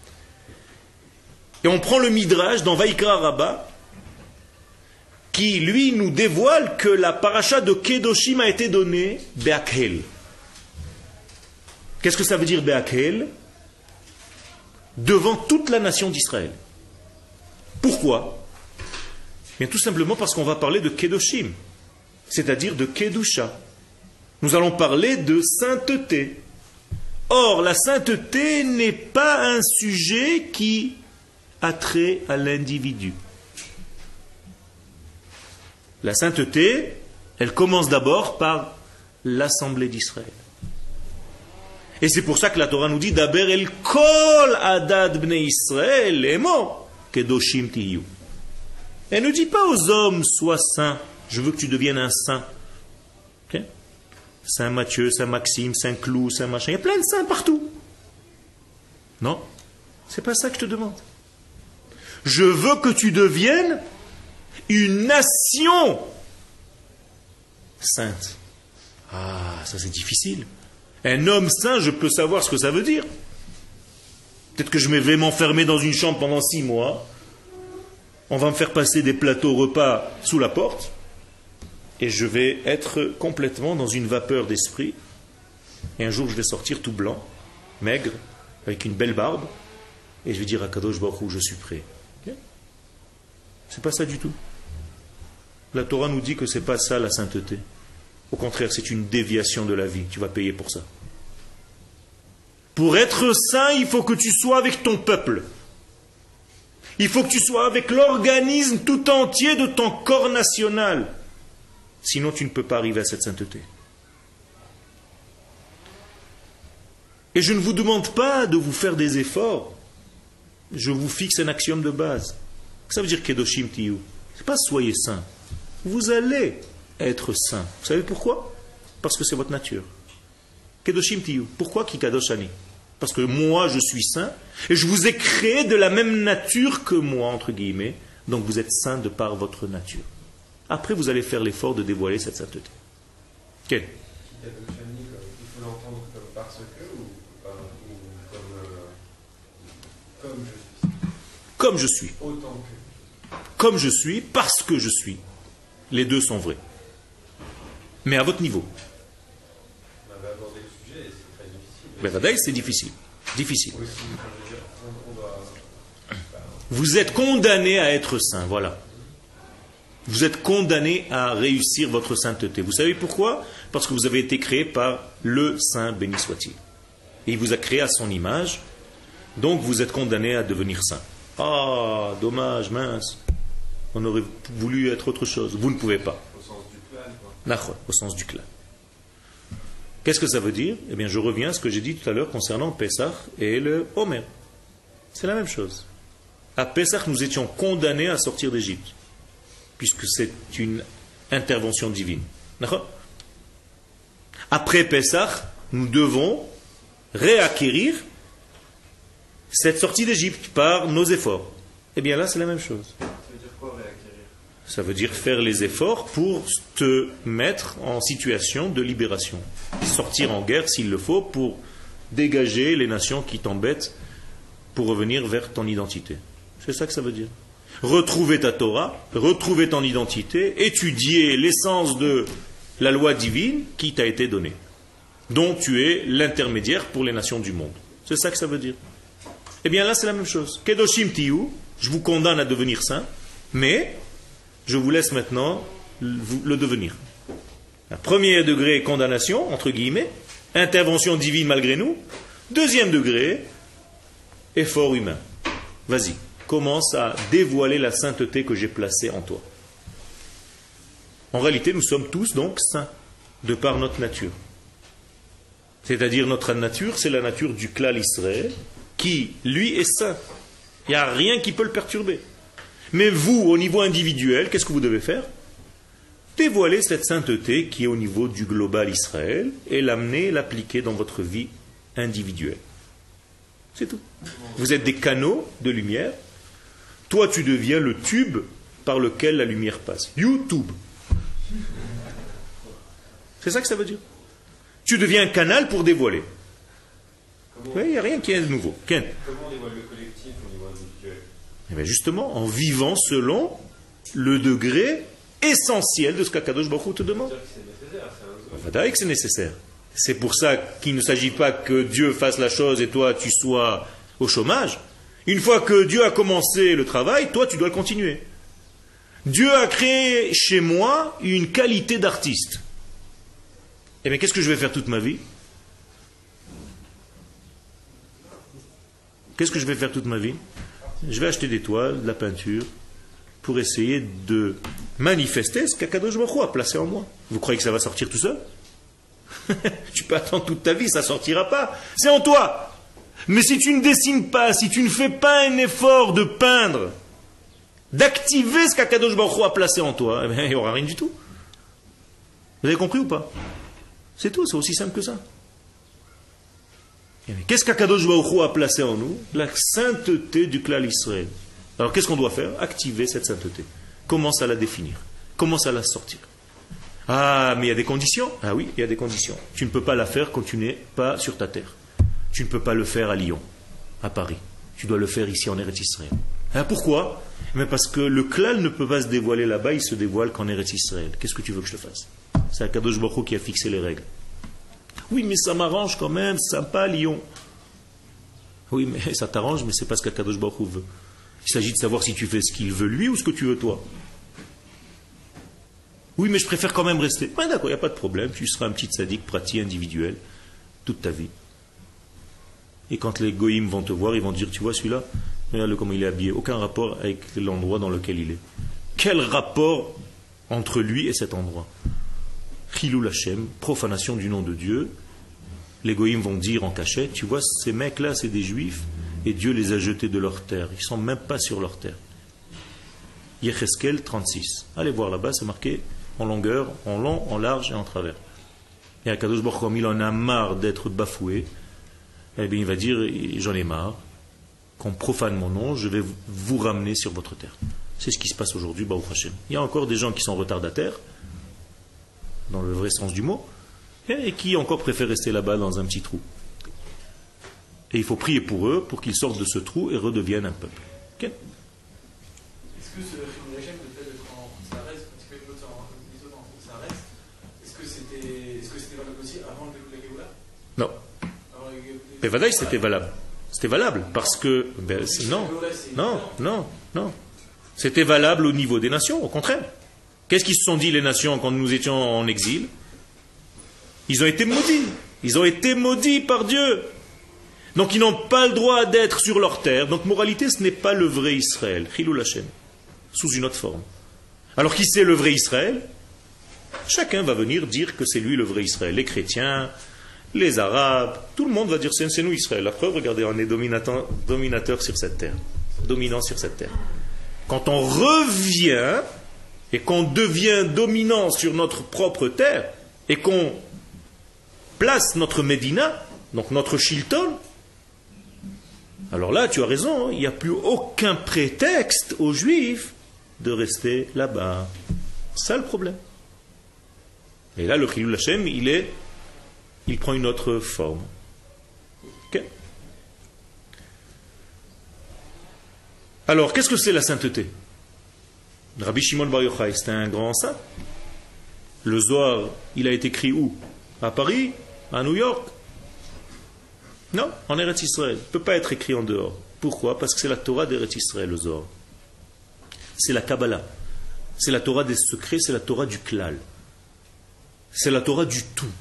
Et on prend le Midrash dans Vaikra Rabbah, qui lui nous dévoile que la paracha de Kedoshim a été donnée Be'akhel. Qu'est-ce que ça veut dire Be'akhel? Devant toute la nation d'Israël. Pourquoi? Bien tout simplement parce qu'on va parler de Kedoshim, c'est-à-dire de Kedusha. Nous allons parler de sainteté. Or, la sainteté n'est pas un sujet qui a trait à l'individu. La sainteté, elle commence d'abord par l'assemblée d'Israël. Et c'est pour ça que la Torah nous dit Daber el kol adad bnei Israël emo kedoshim tiyu. Elle ne dit pas aux hommes sois saint, je veux que tu deviennes un saint. Okay? Saint Matthieu, Saint Maxime, Saint Clou, Saint machin, il y a plein de saints partout. Non, c'est pas ça que je te demande. Je veux que tu deviennes une nation sainte. Ah, ça c'est difficile. Un homme saint, je peux savoir ce que ça veut dire. Peut-être que je vais m'enfermer dans une chambre pendant 6 mois. On va me faire passer des plateaux repas sous la porte. Et je vais être complètement dans une vapeur d'esprit. Et un jour, je vais sortir tout blanc, maigre, avec une belle barbe. Et je vais dire à Kadosh Baruch Hu, je suis prêt. Okay? C'est pas ça du tout. La Torah nous dit que c'est pas ça la sainteté. Au contraire, c'est une déviation de la vie. Tu vas payer pour ça. Pour être saint, il faut que tu sois avec ton peuple. Il faut que tu sois avec l'organisme tout entier de ton corps national. Sinon, tu ne peux pas arriver à cette sainteté. Et je ne vous demande pas de vous faire des efforts. Je vous fixe un axiome de base. Ça veut dire Kedoshim Tiyu. Ce n'est pas soyez saint. Vous allez être saint. Vous savez pourquoi? Parce que c'est votre nature. Kedoshim Tiyu. Pourquoi Kikadoshani? Parce que moi, je suis saint, et je vous ai créé de la même nature que moi, entre guillemets. Donc vous êtes saint de par votre nature. Après, vous allez faire l'effort de dévoiler cette sainteté. Quel? Il faut l'entendre comme parce que ou comme je suis. Comme je suis. Autant que. Comme je suis, parce que je suis. Les deux sont vrais. Mais à votre niveau. On avait abordé le sujet et c'est très difficile. Ben, Vadaï, c'est difficile. Difficile. Aussi, je veux dire, on doit... Vous êtes condamné à être saint, voilà. Vous êtes condamné à réussir votre sainteté. Vous savez pourquoi? Parce que vous avez été créé par le Saint, béni soit-il. Et il vous a créé à son image, donc vous êtes condamné à devenir saint. Ah, dommage, mince. On aurait voulu être autre chose. Vous ne pouvez pas. Au sens du clan, quoi. Au sens du clan. Qu'est-ce que ça veut dire? Eh bien, je reviens à ce que j'ai dit tout à l'heure concernant Pessah et le Homer. C'est la même chose. À Pessah, nous étions condamnés à sortir d'Égypte, puisque c'est une intervention divine. D'accord? Après Pessah, nous devons réacquérir cette sortie d'Égypte par nos efforts. Eh bien là, c'est la même chose. Ça veut dire quoi, réacquérir? Ça veut dire faire les efforts pour te mettre en situation de libération. Sortir en guerre s'il le faut pour dégager les nations qui t'embêtent pour revenir vers ton identité. C'est ça que ça veut dire. Retrouver ta Torah, retrouver ton identité, étudier l'essence de la loi divine qui t'a été donnée, dont tu es l'intermédiaire pour les nations du monde. C'est ça que ça veut dire. Eh bien là, c'est la même chose. Kedoshim tiyu, je vous condamne à devenir saint, mais je vous laisse maintenant le devenir. Un premier degré, condamnation, entre guillemets, intervention divine malgré nous. Deuxième degré, effort humain. Vas-y, commence à dévoiler la sainteté que j'ai placée en toi. En réalité, nous sommes tous donc saints, de par notre nature. C'est-à-dire notre nature, c'est la nature du Klal Israël, qui, lui, est saint. Il n'y a rien qui peut le perturber. Mais vous, au niveau individuel, qu'est-ce que vous devez faire? Dévoiler cette sainteté qui est au niveau du global Israël et l'amener, l'appliquer dans votre vie individuelle. C'est tout. Vous êtes des canaux de lumière. Toi, tu deviens le tube par lequel la lumière passe. YouTube. C'est ça que ça veut dire. Tu deviens un canal pour dévoiler. Oui, il n'y a rien qui est nouveau. Comment on dévoile le collectif au niveau individuel? Eh bien justement, en vivant selon le degré essentiel de ce qu'Akadosh Baruch Hu te demande. C'est que c'est nécessaire. C'est pour ça qu'il ne s'agit pas que Dieu fasse la chose et toi tu sois au chômage. Une fois que Dieu a commencé le travail, toi tu dois le continuer. Dieu a créé chez moi une qualité d'artiste. Eh bien qu'est-ce que je vais faire toute ma vie? Qu'est-ce que je vais faire toute ma vie? Je vais acheter des toiles, de la peinture, pour essayer de manifester ce qu'Akadosh Baruch Hu a placé en moi. Vous croyez que ça va sortir tout seul? Tu peux attendre toute ta vie, ça ne sortira pas. C'est en toi. Mais si tu ne dessines pas, si tu ne fais pas un effort de peindre, d'activer ce qu'Akadosh Baruch Hu a placé en toi, eh bien, il n'y aura rien du tout. Vous avez compris ou pas? C'est tout, c'est aussi simple que ça. Qu'est-ce qu'Akadosh Baruch Hu a placé en nous? La sainteté du Klal Israël. Alors qu'est-ce qu'on doit faire? Activer cette sainteté. Commence à la définir. Commence à la sortir. Ah, mais il y a des conditions. Ah oui, il y a des conditions. Tu ne peux pas la faire quand tu n'es pas sur ta terre. Tu ne peux pas le faire à Lyon, à Paris. Tu dois le faire ici en Eretz Israël. Ah, pourquoi? Mais parce que le Klal ne peut pas se dévoiler là-bas, il se dévoile qu'en Eretz Israël. Qu'est-ce que tu veux que je le fasse? C'est Akadosh Baruch Hu qui a fixé les règles. Oui, mais ça m'arrange quand même, sympa Lyon. Oui, mais ça t'arrange, mais c'est pas ce qu'Akadosh Baruch Hu veut. Il s'agit de savoir si tu fais ce qu'il veut lui ou ce que tu veux toi. Oui, mais je préfère quand même rester. Ben d'accord, il n'y a pas de problème. Tu seras un petit tzaddik pratique individuel toute ta vie. Et quand les goïms vont te voir, ils vont te dire, tu vois celui-là, regarde-le comment il est habillé. Aucun rapport avec l'endroit dans lequel il est. Quel rapport entre lui et cet endroit? Chilul Hashem, profanation du nom de Dieu. Les goïms vont dire en cachette, tu vois, ces mecs-là, c'est des juifs, et Dieu les a jetés de leur terre. Ils ne sont même pas sur leur terre. Yecheskel 36. Allez voir là-bas, c'est marqué en longueur, en long, en large et en travers. Et Akadosh Baruch Hu, comme il en a marre d'être bafoué, eh bien il va dire, j'en ai marre, qu'on profane mon nom, je vais vous ramener sur votre terre. C'est ce qui se passe aujourd'hui, Baruch Hashem. Il y a encore des gens qui sont retardataires, dans le vrai sens du mot, et qui encore préfèrent rester là-bas dans un petit trou. Et il faut prier pour eux, pour qu'ils sortent de ce trou et redeviennent un peuple. Okay? Est-ce que ce Chilul Hashem, le fait d'être en Sares, quand il fait l'autre en Sares, est-ce que c'était valable aussi avant la Géoula? Non. Mais Vadaï, c'était valable. C'était valable parce que... Non. C'était valable au niveau des nations, au contraire. Qu'est-ce qu'ils se sont dit les nations quand nous étions en exil? Ils ont été maudits. Ils ont été maudits par Dieu. Donc ils n'ont pas le droit d'être sur leur terre. Donc moralité, ce n'est pas le vrai Israël. Chilul Hashem. sous une autre forme. Alors qui c'est le vrai Israël? Chacun va venir dire que c'est lui le vrai Israël. Les chrétiens, les arabes, tout le monde va dire c'est nous Israël. La preuve, regardez, on est dominateur sur cette terre, dominant sur cette terre. Quand on revient et qu'on devient dominant sur notre propre terre et qu'on place notre Médina, donc notre Shilton, alors là, tu as raison, il n'y a plus aucun prétexte aux Juifs de rester là-bas. C'est ça le problème. Et là, le Chilul Hashem, il prend une autre forme. Okay. Alors, qu'est-ce que c'est la sainteté? Rabbi Shimon Bar Yochai, c'était un grand saint. Le Zohar, il a été écrit où? À Paris? À New York? Non, en Eretz Israël. Il ne peut pas être écrit en dehors. Pourquoi? Parce que c'est la Torah d'Eretz Israël, le Zohar. C'est la Kabbalah. C'est la Torah des secrets, c'est la Torah du klal. C'est la Torah du tout.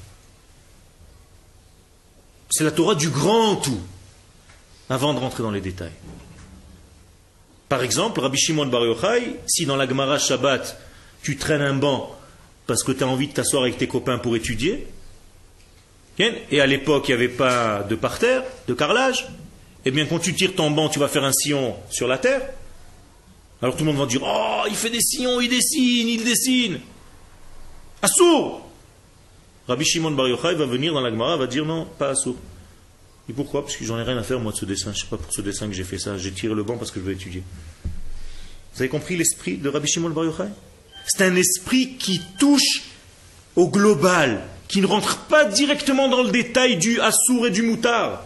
C'est la Torah du grand tout. Avant de rentrer dans les détails. Par exemple, Rabbi Shimon Bar Yochai, si dans la Gemara Shabbat, tu traînes un banc parce que tu as envie de t'asseoir avec tes copains pour étudier, et à l'époque, il n'y avait pas de parterre, de carrelage, eh bien, quand tu tires ton banc, tu vas faire un sillon sur la terre. Alors tout le monde va dire, oh, il fait des sillons, il dessine. Assour! Rabbi Shimon Bar Yochai va venir dans la Gemara, va dire, non, pas assour. Et pourquoi? Parce que j'en ai rien à faire, moi, de ce dessin. Je ne sais pas pour ce dessin que j'ai fait ça. J'ai tiré le banc parce que je veux étudier. Vous avez compris l'esprit de Rabbi Shimon Bar Yochai? C'est un esprit qui touche au global, qui ne rentre pas directement dans le détail du assour et du moutard.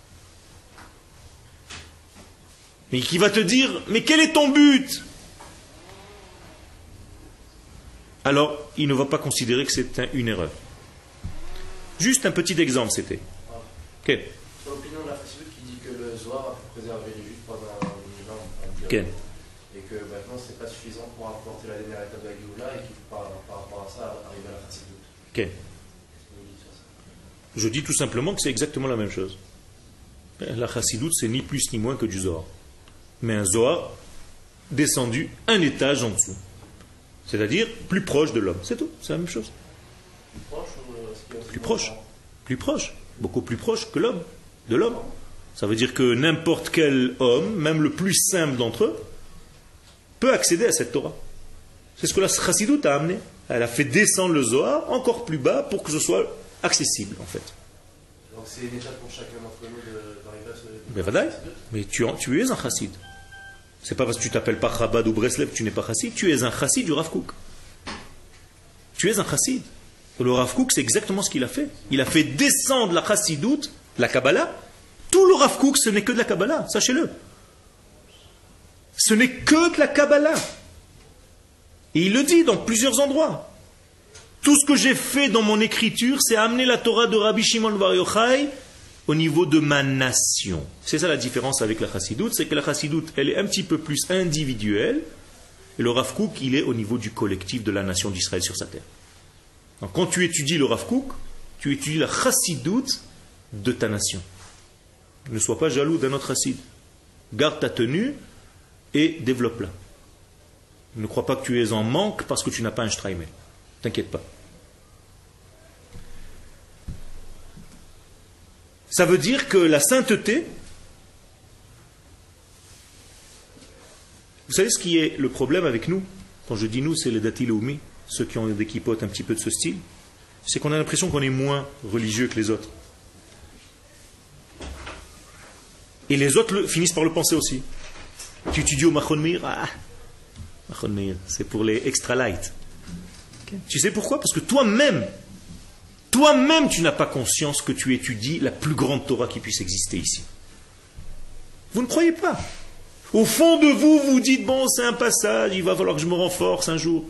Mais qui va te dire, mais quel est ton but? Alors, il ne va pas considérer que c'est une erreur. Juste un petit exemple, c'était. Ok. C'est l'opinion de la Chassidut qui dit que le Zohar a pu préserver les Juifs pendant un minimum, Okay. Et que maintenant c'est pas suffisant pour apporter la dernière étape de la Géoula et qu'il faut par rapport à ça arriver à la Chassidut. Ok. Je dis tout simplement que c'est exactement la même chose. La Chassidut, c'est ni plus ni moins que du Zohar. Mais un Zohar descendu un étage en dessous. C'est-à-dire plus proche de l'homme. C'est tout, c'est la même chose. Plus proche, beaucoup plus proche que l'homme, de l'homme. Ça veut dire que n'importe quel homme, même le plus simple d'entre eux, peut accéder à cette Torah. C'est ce que la Chassidut a amené. Elle a fait descendre le Zohar encore plus bas pour que ce soit accessible, en fait. Donc c'est une étape pour chacun d'entre nous d'arriver à ce... Mais tu es un chassid. C'est pas parce que tu t'appelles pas Chabad ou Breslev que tu n'es pas chassid. Tu es un chassid du Rav Kook. Tu es un chassid. Le Rav Kook, c'est exactement ce qu'il a fait. Il a fait descendre la chassidoute, la Kabbalah. Tout le Rav Kook, ce n'est que de la Kabbalah, sachez-le. Ce n'est que de la Kabbalah. Et il le dit dans plusieurs endroits. Tout ce que j'ai fait dans mon écriture, c'est amener la Torah de Rabbi Shimon Bar Yochai au niveau de ma nation. C'est ça la différence avec la chassidoute, c'est que la chassidoute, elle est un petit peu plus individuelle, et le Rav Kook, il est au niveau du collectif de la nation d'Israël sur sa terre. Donc, quand tu étudies le Rav Kook, tu étudies la chassidoute de ta nation. Ne sois pas jaloux d'un autre chassid. Garde ta tenue et développe-la. Ne crois pas que tu es en manque parce que tu n'as pas un Shtraimel. T'inquiète pas. Ça veut dire que la sainteté, vous savez ce qui est le problème avec nous? Quand je dis nous, c'est les Dati Leumi, ceux qui ont des kippotes un petit peu de ce style. C'est qu'on a l'impression qu'on est moins religieux que les autres. Et les autres finissent par le penser aussi. Tu étudies au Machon Meir, Machon Meir, c'est pour les extra light. Okay. Tu sais pourquoi? Parce que toi-même, tu n'as pas conscience que tu étudies la plus grande Torah qui puisse exister ici. Vous ne croyez pas. Au fond de vous, vous dites, bon, c'est un passage, il va falloir que je me renforce un jour.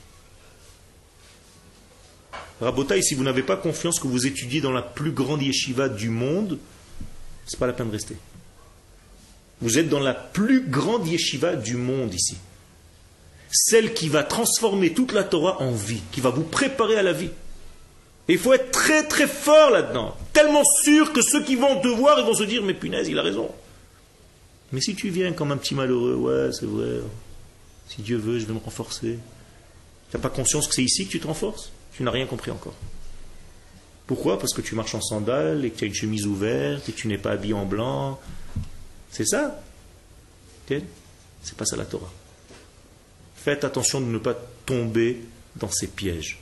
Rabotaï, si vous n'avez pas confiance que vous étudiez dans la plus grande yeshiva du monde, c'est pas la peine de rester. Vous êtes dans la plus grande yeshiva du monde ici. Celle qui va transformer toute la Torah en vie, qui va vous préparer à la vie. Et il faut être très très fort là-dedans. Tellement sûr que ceux qui vont te voir, ils vont se dire, mais punaise, il a raison. Mais si tu viens comme un petit malheureux, ouais, c'est vrai. Si Dieu veut, je vais me renforcer. Tu n'as pas conscience que c'est ici que tu te renforces? Tu n'as rien compris encore. Pourquoi? Parce que tu marches en sandales et que tu as une chemise ouverte et que tu n'es pas habillé en blanc. C'est ça? C'est pas ça la Torah. Faites attention de ne pas tomber dans ces pièges.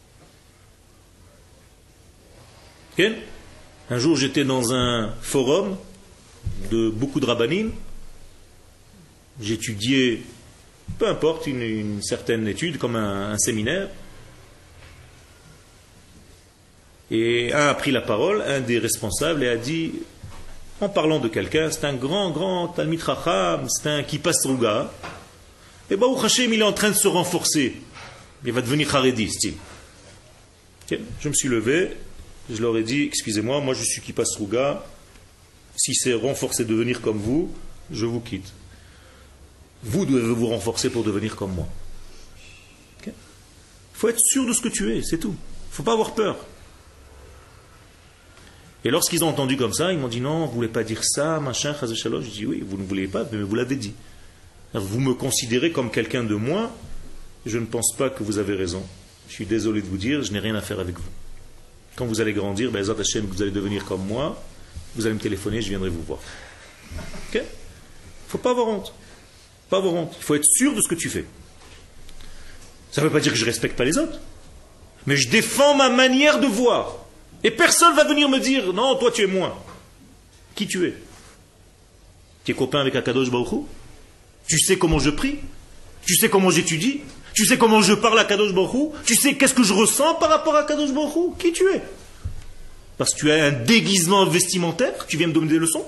Un jour, j'étais dans un forum de beaucoup de rabbanim. J'étudiais, peu importe, une certaine étude, comme un séminaire. Et un a pris la parole, un des responsables, et a dit, en parlant de quelqu'un, c'est un grand Talmid Chacham, c'est un Kippa Sruga, et Baruch Hashem, il est en train de se renforcer. Il va devenir Haredi, style. Je me suis levé, je leur ai dit, excusez-moi, moi je suis Kippa Sruga, si c'est renforcer devenir comme vous, je vous quitte. Vous devez vous renforcer pour devenir comme moi. Il faut être sûr de ce que tu es, c'est tout. Il ne faut pas avoir peur. Et lorsqu'ils ont entendu comme ça, ils m'ont dit non, vous ne voulez pas dire ça, machin, chazé shalom. Je dis oui, vous ne voulez pas, mais vous l'avez dit. Alors, vous me considérez comme quelqu'un de moi, je ne pense pas que vous avez raison. Je suis désolé de vous dire, je n'ai rien à faire avec vous. Quand vous allez grandir, ben, Zat Hashem, vous allez devenir comme moi, vous allez me téléphoner, je viendrai vous voir. Ok? Il ne faut pas avoir honte. Pas avoir honte. Il faut être sûr de ce que tu fais. Ça ne veut pas dire que je ne respecte pas les autres, mais je défends ma manière de voir. Et personne ne va venir me dire, non, toi tu es moi. Qui tu es? Tu es copain avec Akadosh Baruch Hu? Tu sais comment je prie? Tu sais comment j'étudie? Tu sais comment je parle à Akadosh Baruch Hu? Tu sais qu'est-ce que je ressens par rapport à Akadosh Baruch Hu? Qui tu es? Parce que tu as un déguisement vestimentaire, tu viens me donner des leçons?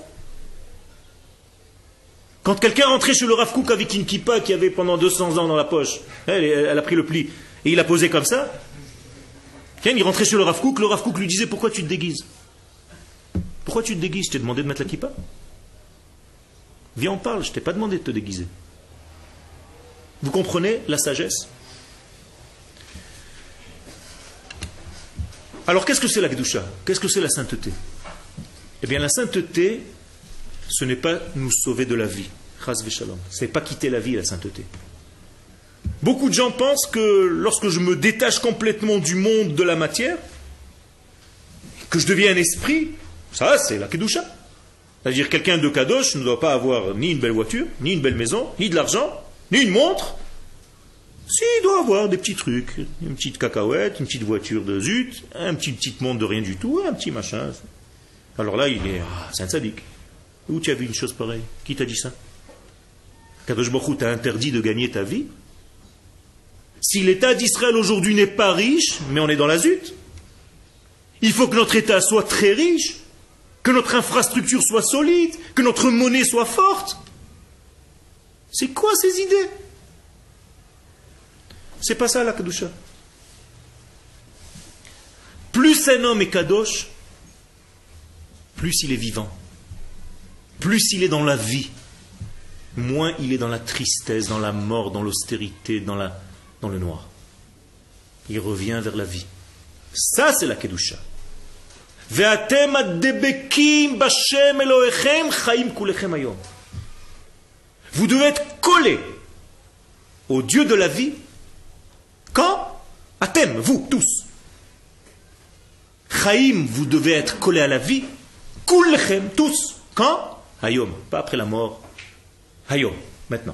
Quand quelqu'un rentrait chez le Rav Kook avec une kippa qui avait pendant 200 ans dans la poche, elle a pris le pli, et il a posé comme ça, il rentrait chez le Rav Kook lui disait pourquoi tu te déguises? Pourquoi tu te déguises? Je t'ai demandé de mettre la kippa? Viens, on parle, je t'ai pas demandé de te déguiser. Vous comprenez la sagesse? Alors qu'est-ce que c'est la Kedusha? Qu'est-ce que c'est la sainteté? Eh bien la sainteté, ce n'est pas nous sauver de la vie. Chas v'shalom. Ce n'est pas quitter la vie, la sainteté. Beaucoup de gens pensent que lorsque je me détache complètement du monde de la matière, que je deviens un esprit, ça c'est la Kedusha. C'est-à-dire quelqu'un de Kadosh ne doit pas avoir ni une belle voiture, ni une belle maison, ni de l'argent, ni une montre. Si, il doit avoir des petits trucs, une petite cacahuète, une petite voiture de zut, une petite montre de rien du tout, un petit machin. Alors là, il est c'est un tzaddik. Où tu as vu une chose pareille? Qui t'a dit ça? Kadosh Baruch Hu t'a interdit de gagner ta vie? Si l'État d'Israël aujourd'hui n'est pas riche, mais on est dans la zut, il faut que notre État soit très riche, que notre infrastructure soit solide, que notre monnaie soit forte. C'est quoi ces idées? C'est pas ça la Kedusha. Plus un homme est Kadosh, plus il est vivant, plus il est dans la vie, moins il est dans la tristesse, dans la mort, dans l'austérité, dans le noir. Il revient vers la vie. Ça, c'est la Kedusha. Vous devez être collés au Dieu de la vie. Quand? Atem, vous, tous. Chaim, vous devez être collés à la vie. Kulchem, tous. Quand? Hayom, pas après la mort. Hayom, maintenant.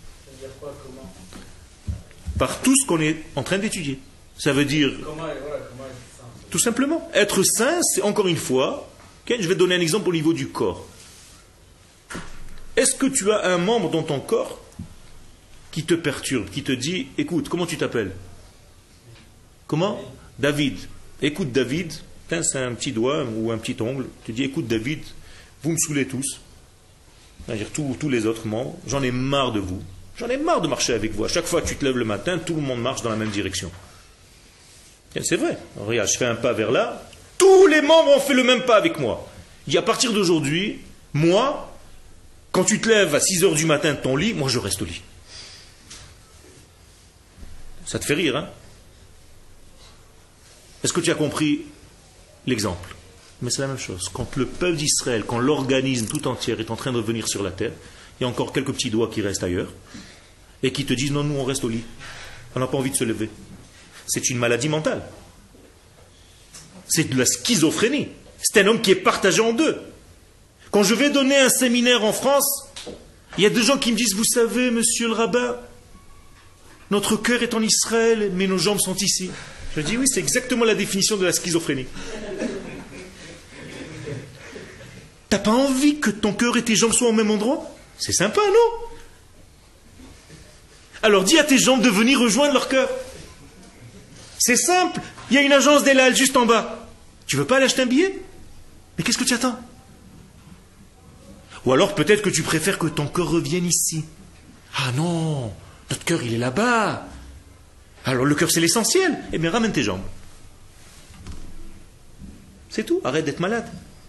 Par tout ce qu'on est en train d'étudier. Ça veut dire, tout simplement, être saint, c'est encore une fois, je vais donner un exemple au niveau du corps. Est-ce que tu as un membre dans ton corps qui te perturbe, qui te dit, écoute, comment tu t'appelles? Comment? David. Écoute David, c'est un petit doigt ou un petit ongle, tu dis, écoute David, vous me saoulez tous, c'est-à-dire tous les autres membres, j'en ai marre de vous. J'en ai marre de marcher avec vous. À chaque fois que tu te lèves le matin, tout le monde marche dans la même direction. Et c'est vrai. Regarde, je fais un pas vers là, tous les membres ont fait le même pas avec moi. Et à partir d'aujourd'hui, moi, quand tu te lèves à 6 heures du matin de ton lit, moi je reste au lit. Ça te fait rire, hein? Est-ce que tu as compris l'exemple? Mais c'est la même chose. Quand le peuple d'Israël, quand l'organisme tout entier est en train de revenir sur la terre, il y a encore quelques petits doigts qui restent ailleurs. et qui te disent non, nous on reste au lit. On n'a pas envie de se lever. C'est une maladie mentale. C'est de la schizophrénie. C'est un homme qui est partagé en deux. Quand je vais donner un séminaire en France, il y a des gens qui me disent, vous savez, monsieur le rabbin, notre cœur est en Israël, mais nos jambes sont ici. Je dis, oui, c'est exactement la définition de la schizophrénie. T'as pas envie que ton cœur et tes jambes soient au même endroit? C'est sympa, non? Alors dis à tes jambes de venir rejoindre leur cœur. C'est simple. Il y a une agence d'Elal juste en bas. Tu veux pas aller acheter un billet? Mais qu'est-ce que tu attends? Ou alors peut-être que tu préfères que ton cœur revienne ici. Ah non, notre cœur il est là-bas. Alors le cœur c'est l'essentiel. Eh bien ramène tes jambes. C'est tout, arrête d'être malade.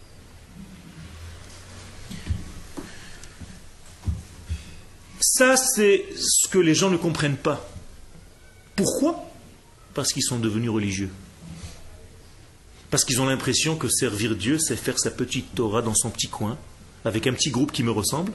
Ça c'est ce que les gens ne comprennent pas. Pourquoi? Parce qu'ils sont devenus religieux. Parce qu'ils ont l'impression que servir Dieu c'est faire sa petite Torah dans son petit coin, avec un petit groupe qui me ressemble.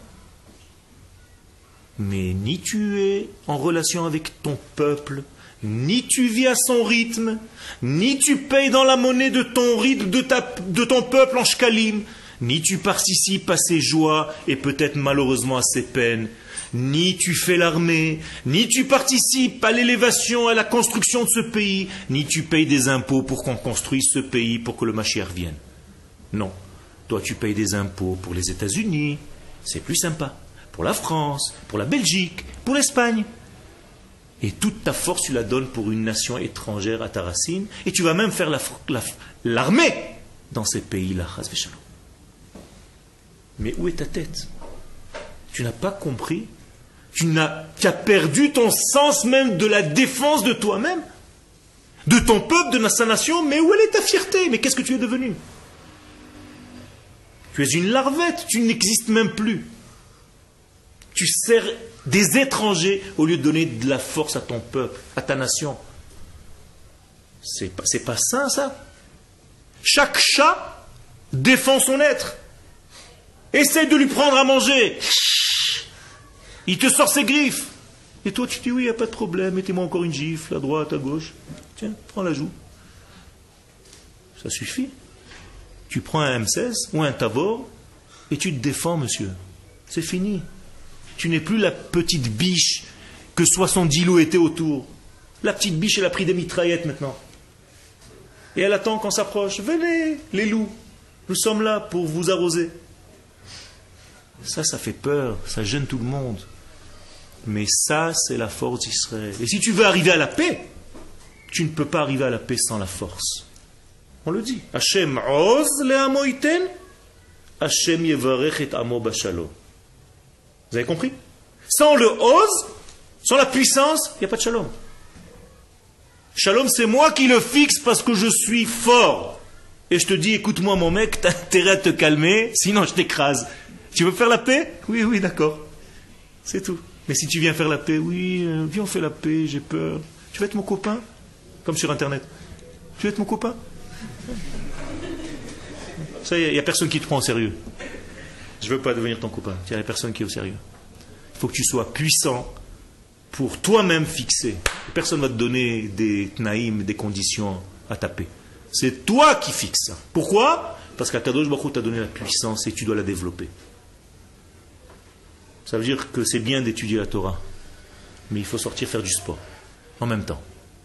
Mais ni tu es en relation avec ton peuple, ni tu vis à son rythme, ni tu payes dans la monnaie de ton rythme, de ton peuple en shkalim, ni tu participes à ses joies et peut-être malheureusement à ses peines, ni tu fais l'armée, ni tu participes à l'élévation, à la construction de ce pays, ni tu payes des impôts pour qu'on construise ce pays pour que le Mashiach vienne. Non. Toi, tu payes des impôts pour les États-Unis, c'est plus sympa. Pour la France, pour la Belgique, pour l'Espagne. Et toute ta force, tu la donnes pour une nation étrangère à ta racine. Et tu vas même faire l'armée dans ces pays-là. Mais où est ta tête? Tu n'as pas compris? Tu as perdu ton sens même de la défense de toi-même, de ton peuple, de sa nation. Mais où est ta fierté? Mais qu'est-ce que tu es devenu? Tu es une larvette, tu n'existes même plus. Tu sers des étrangers au lieu de donner de la force à ton peuple, à ta nation. C'est pas sain, ça. Chaque chat défend son être. Essaye de lui prendre à manger. Il te sort ses griffes. Et toi, tu dis, oui, il n'y a pas de problème, mettez-moi encore une gifle, à droite, à gauche. Tiens, prends la joue. Ça suffit. Tu prends un M16 ou un Tavor et tu te défends, monsieur. C'est fini. Tu n'es plus la petite biche que 70 loups étaient autour. La petite biche, elle a pris des mitraillettes maintenant. Et elle attend qu'on s'approche. Venez, les loups. Nous sommes là pour vous arroser. Ça fait peur. Ça gêne tout le monde. Mais ça, c'est la force d'Israël. Et si tu veux arriver à la paix, tu ne peux pas arriver à la paix sans la force. On le dit. Hashem oz le'amo iten, Hashem yevarech et amo b'shalom. Vous avez compris? Sans le oz, sans la puissance, il n'y a pas de shalom. Shalom, c'est moi qui le fixe parce que je suis fort. Et je te dis, écoute-moi mon mec, t'as intérêt à te calmer, sinon je t'écrase. Tu veux faire la paix? Oui, oui, d'accord. C'est tout. Mais si tu viens faire la paix, oui, viens on fait la paix, j'ai peur. Tu veux être mon copain? Comme sur Internet. Tu veux être mon copain? Ça, il n'y a personne qui te prend au sérieux. Je ne veux pas devenir ton copain. Il n'y a personne qui est au sérieux. Il faut que tu sois puissant pour toi-même fixer. Personne ne va te donner des tnaïm, des conditions à taper. C'est toi qui fixes. Pourquoi? Parce qu'Akadosh Baruch Hu t'a donné la puissance et tu dois la développer. Ça veut dire que c'est bien d'étudier la Torah. Mais il faut sortir faire du sport. En même temps.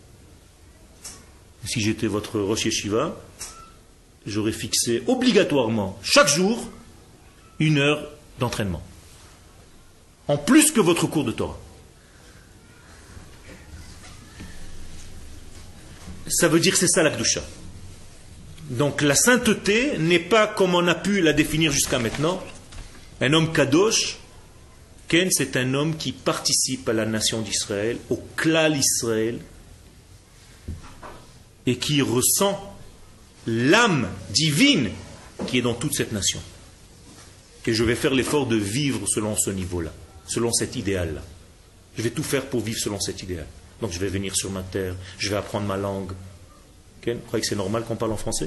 Si j'étais votre Rosh Yeshiva, j'aurais fixé obligatoirement, chaque jour, 1 heure d'entraînement. En plus que votre cours de Torah. Ça veut dire que c'est ça la Kedusha. Donc la sainteté n'est pas comme on a pu la définir jusqu'à maintenant. Un homme kadosh, Ken, c'est un homme qui participe à la nation d'Israël, au klal Israël, et qui ressent l'âme divine qui est dans toute cette nation. Et je vais faire l'effort de vivre selon ce niveau-là, selon cet idéal-là. Je vais tout faire pour vivre selon cet idéal. Donc je vais venir sur ma terre, je vais apprendre ma langue. Ken, vous croyez que c'est normal qu'on parle en français?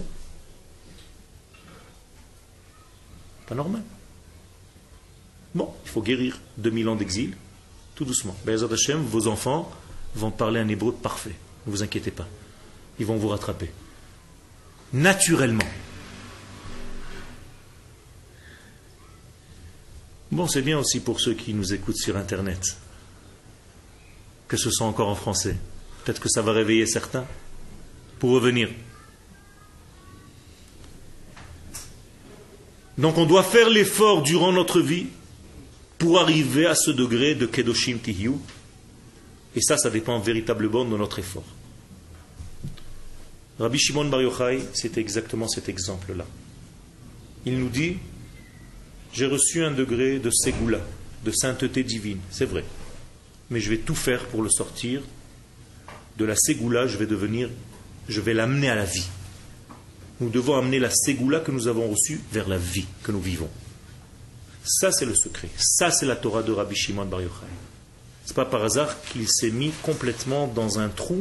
Pas normal. Bon, il faut guérir 2000 ans d'exil. Tout doucement. Be'ezrat Hashem, vos enfants vont parler un hébreu parfait. Ne vous inquiétez pas. Ils vont vous rattraper. Naturellement. Bon, c'est bien aussi pour ceux qui nous écoutent sur Internet, que ce soit encore en français. Peut-être que ça va réveiller certains pour revenir. Donc on doit faire l'effort durant notre vie pour arriver à ce degré de Kedoshim Tihyu. Et ça dépend véritablement de notre effort. Rabbi Shimon Bar Yochai, c'est exactement cet exemple-là. Il nous dit, j'ai reçu un degré de Ségoula, de sainteté divine, c'est vrai. Mais je vais tout faire pour le sortir. De la Ségoula, je vais l'amener à la vie. Nous devons amener la Ségoula que nous avons reçue vers la vie que nous vivons. Ça, c'est le secret. Ça, c'est la Torah de Rabbi Shimon Bar Yochai. Ce n'est pas par hasard qu'il s'est mis complètement dans un trou,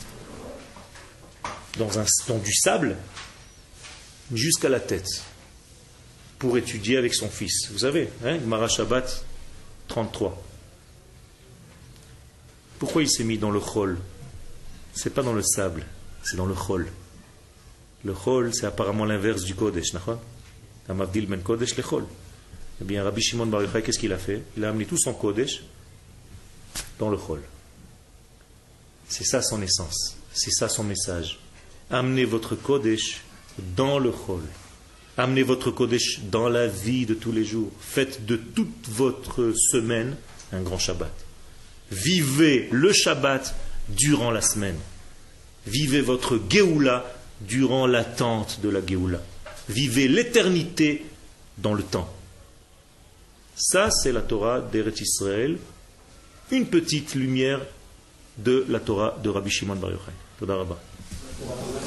dans du sable, jusqu'à la tête, pour étudier avec son fils. Vous savez, Gemara Shabbat 33. Pourquoi il s'est mis dans le chol? C'est pas dans le sable, c'est dans le chol. Le chol, c'est apparemment l'inverse du kodesh, nachon? Amavdil ben kodesh le chol. Eh bien, Rabbi Shimon Bar Yochai, qu'est-ce qu'il a fait? Il a amené tout son kodesh dans le chol. C'est ça son essence, c'est ça son message. Amenez votre kodesh dans le chol. Amenez votre kodesh dans la vie de tous les jours. Faites de toute votre semaine un grand Shabbat. Vivez le Shabbat durant la semaine. Vivez votre Géoula durant l'attente de la Géoula. Vivez l'éternité dans le temps. Ça, c'est la Torah d'Eretz Israël. Une petite lumière de la Torah de Rabbi Shimon Bar Yochai. Toda Rabba.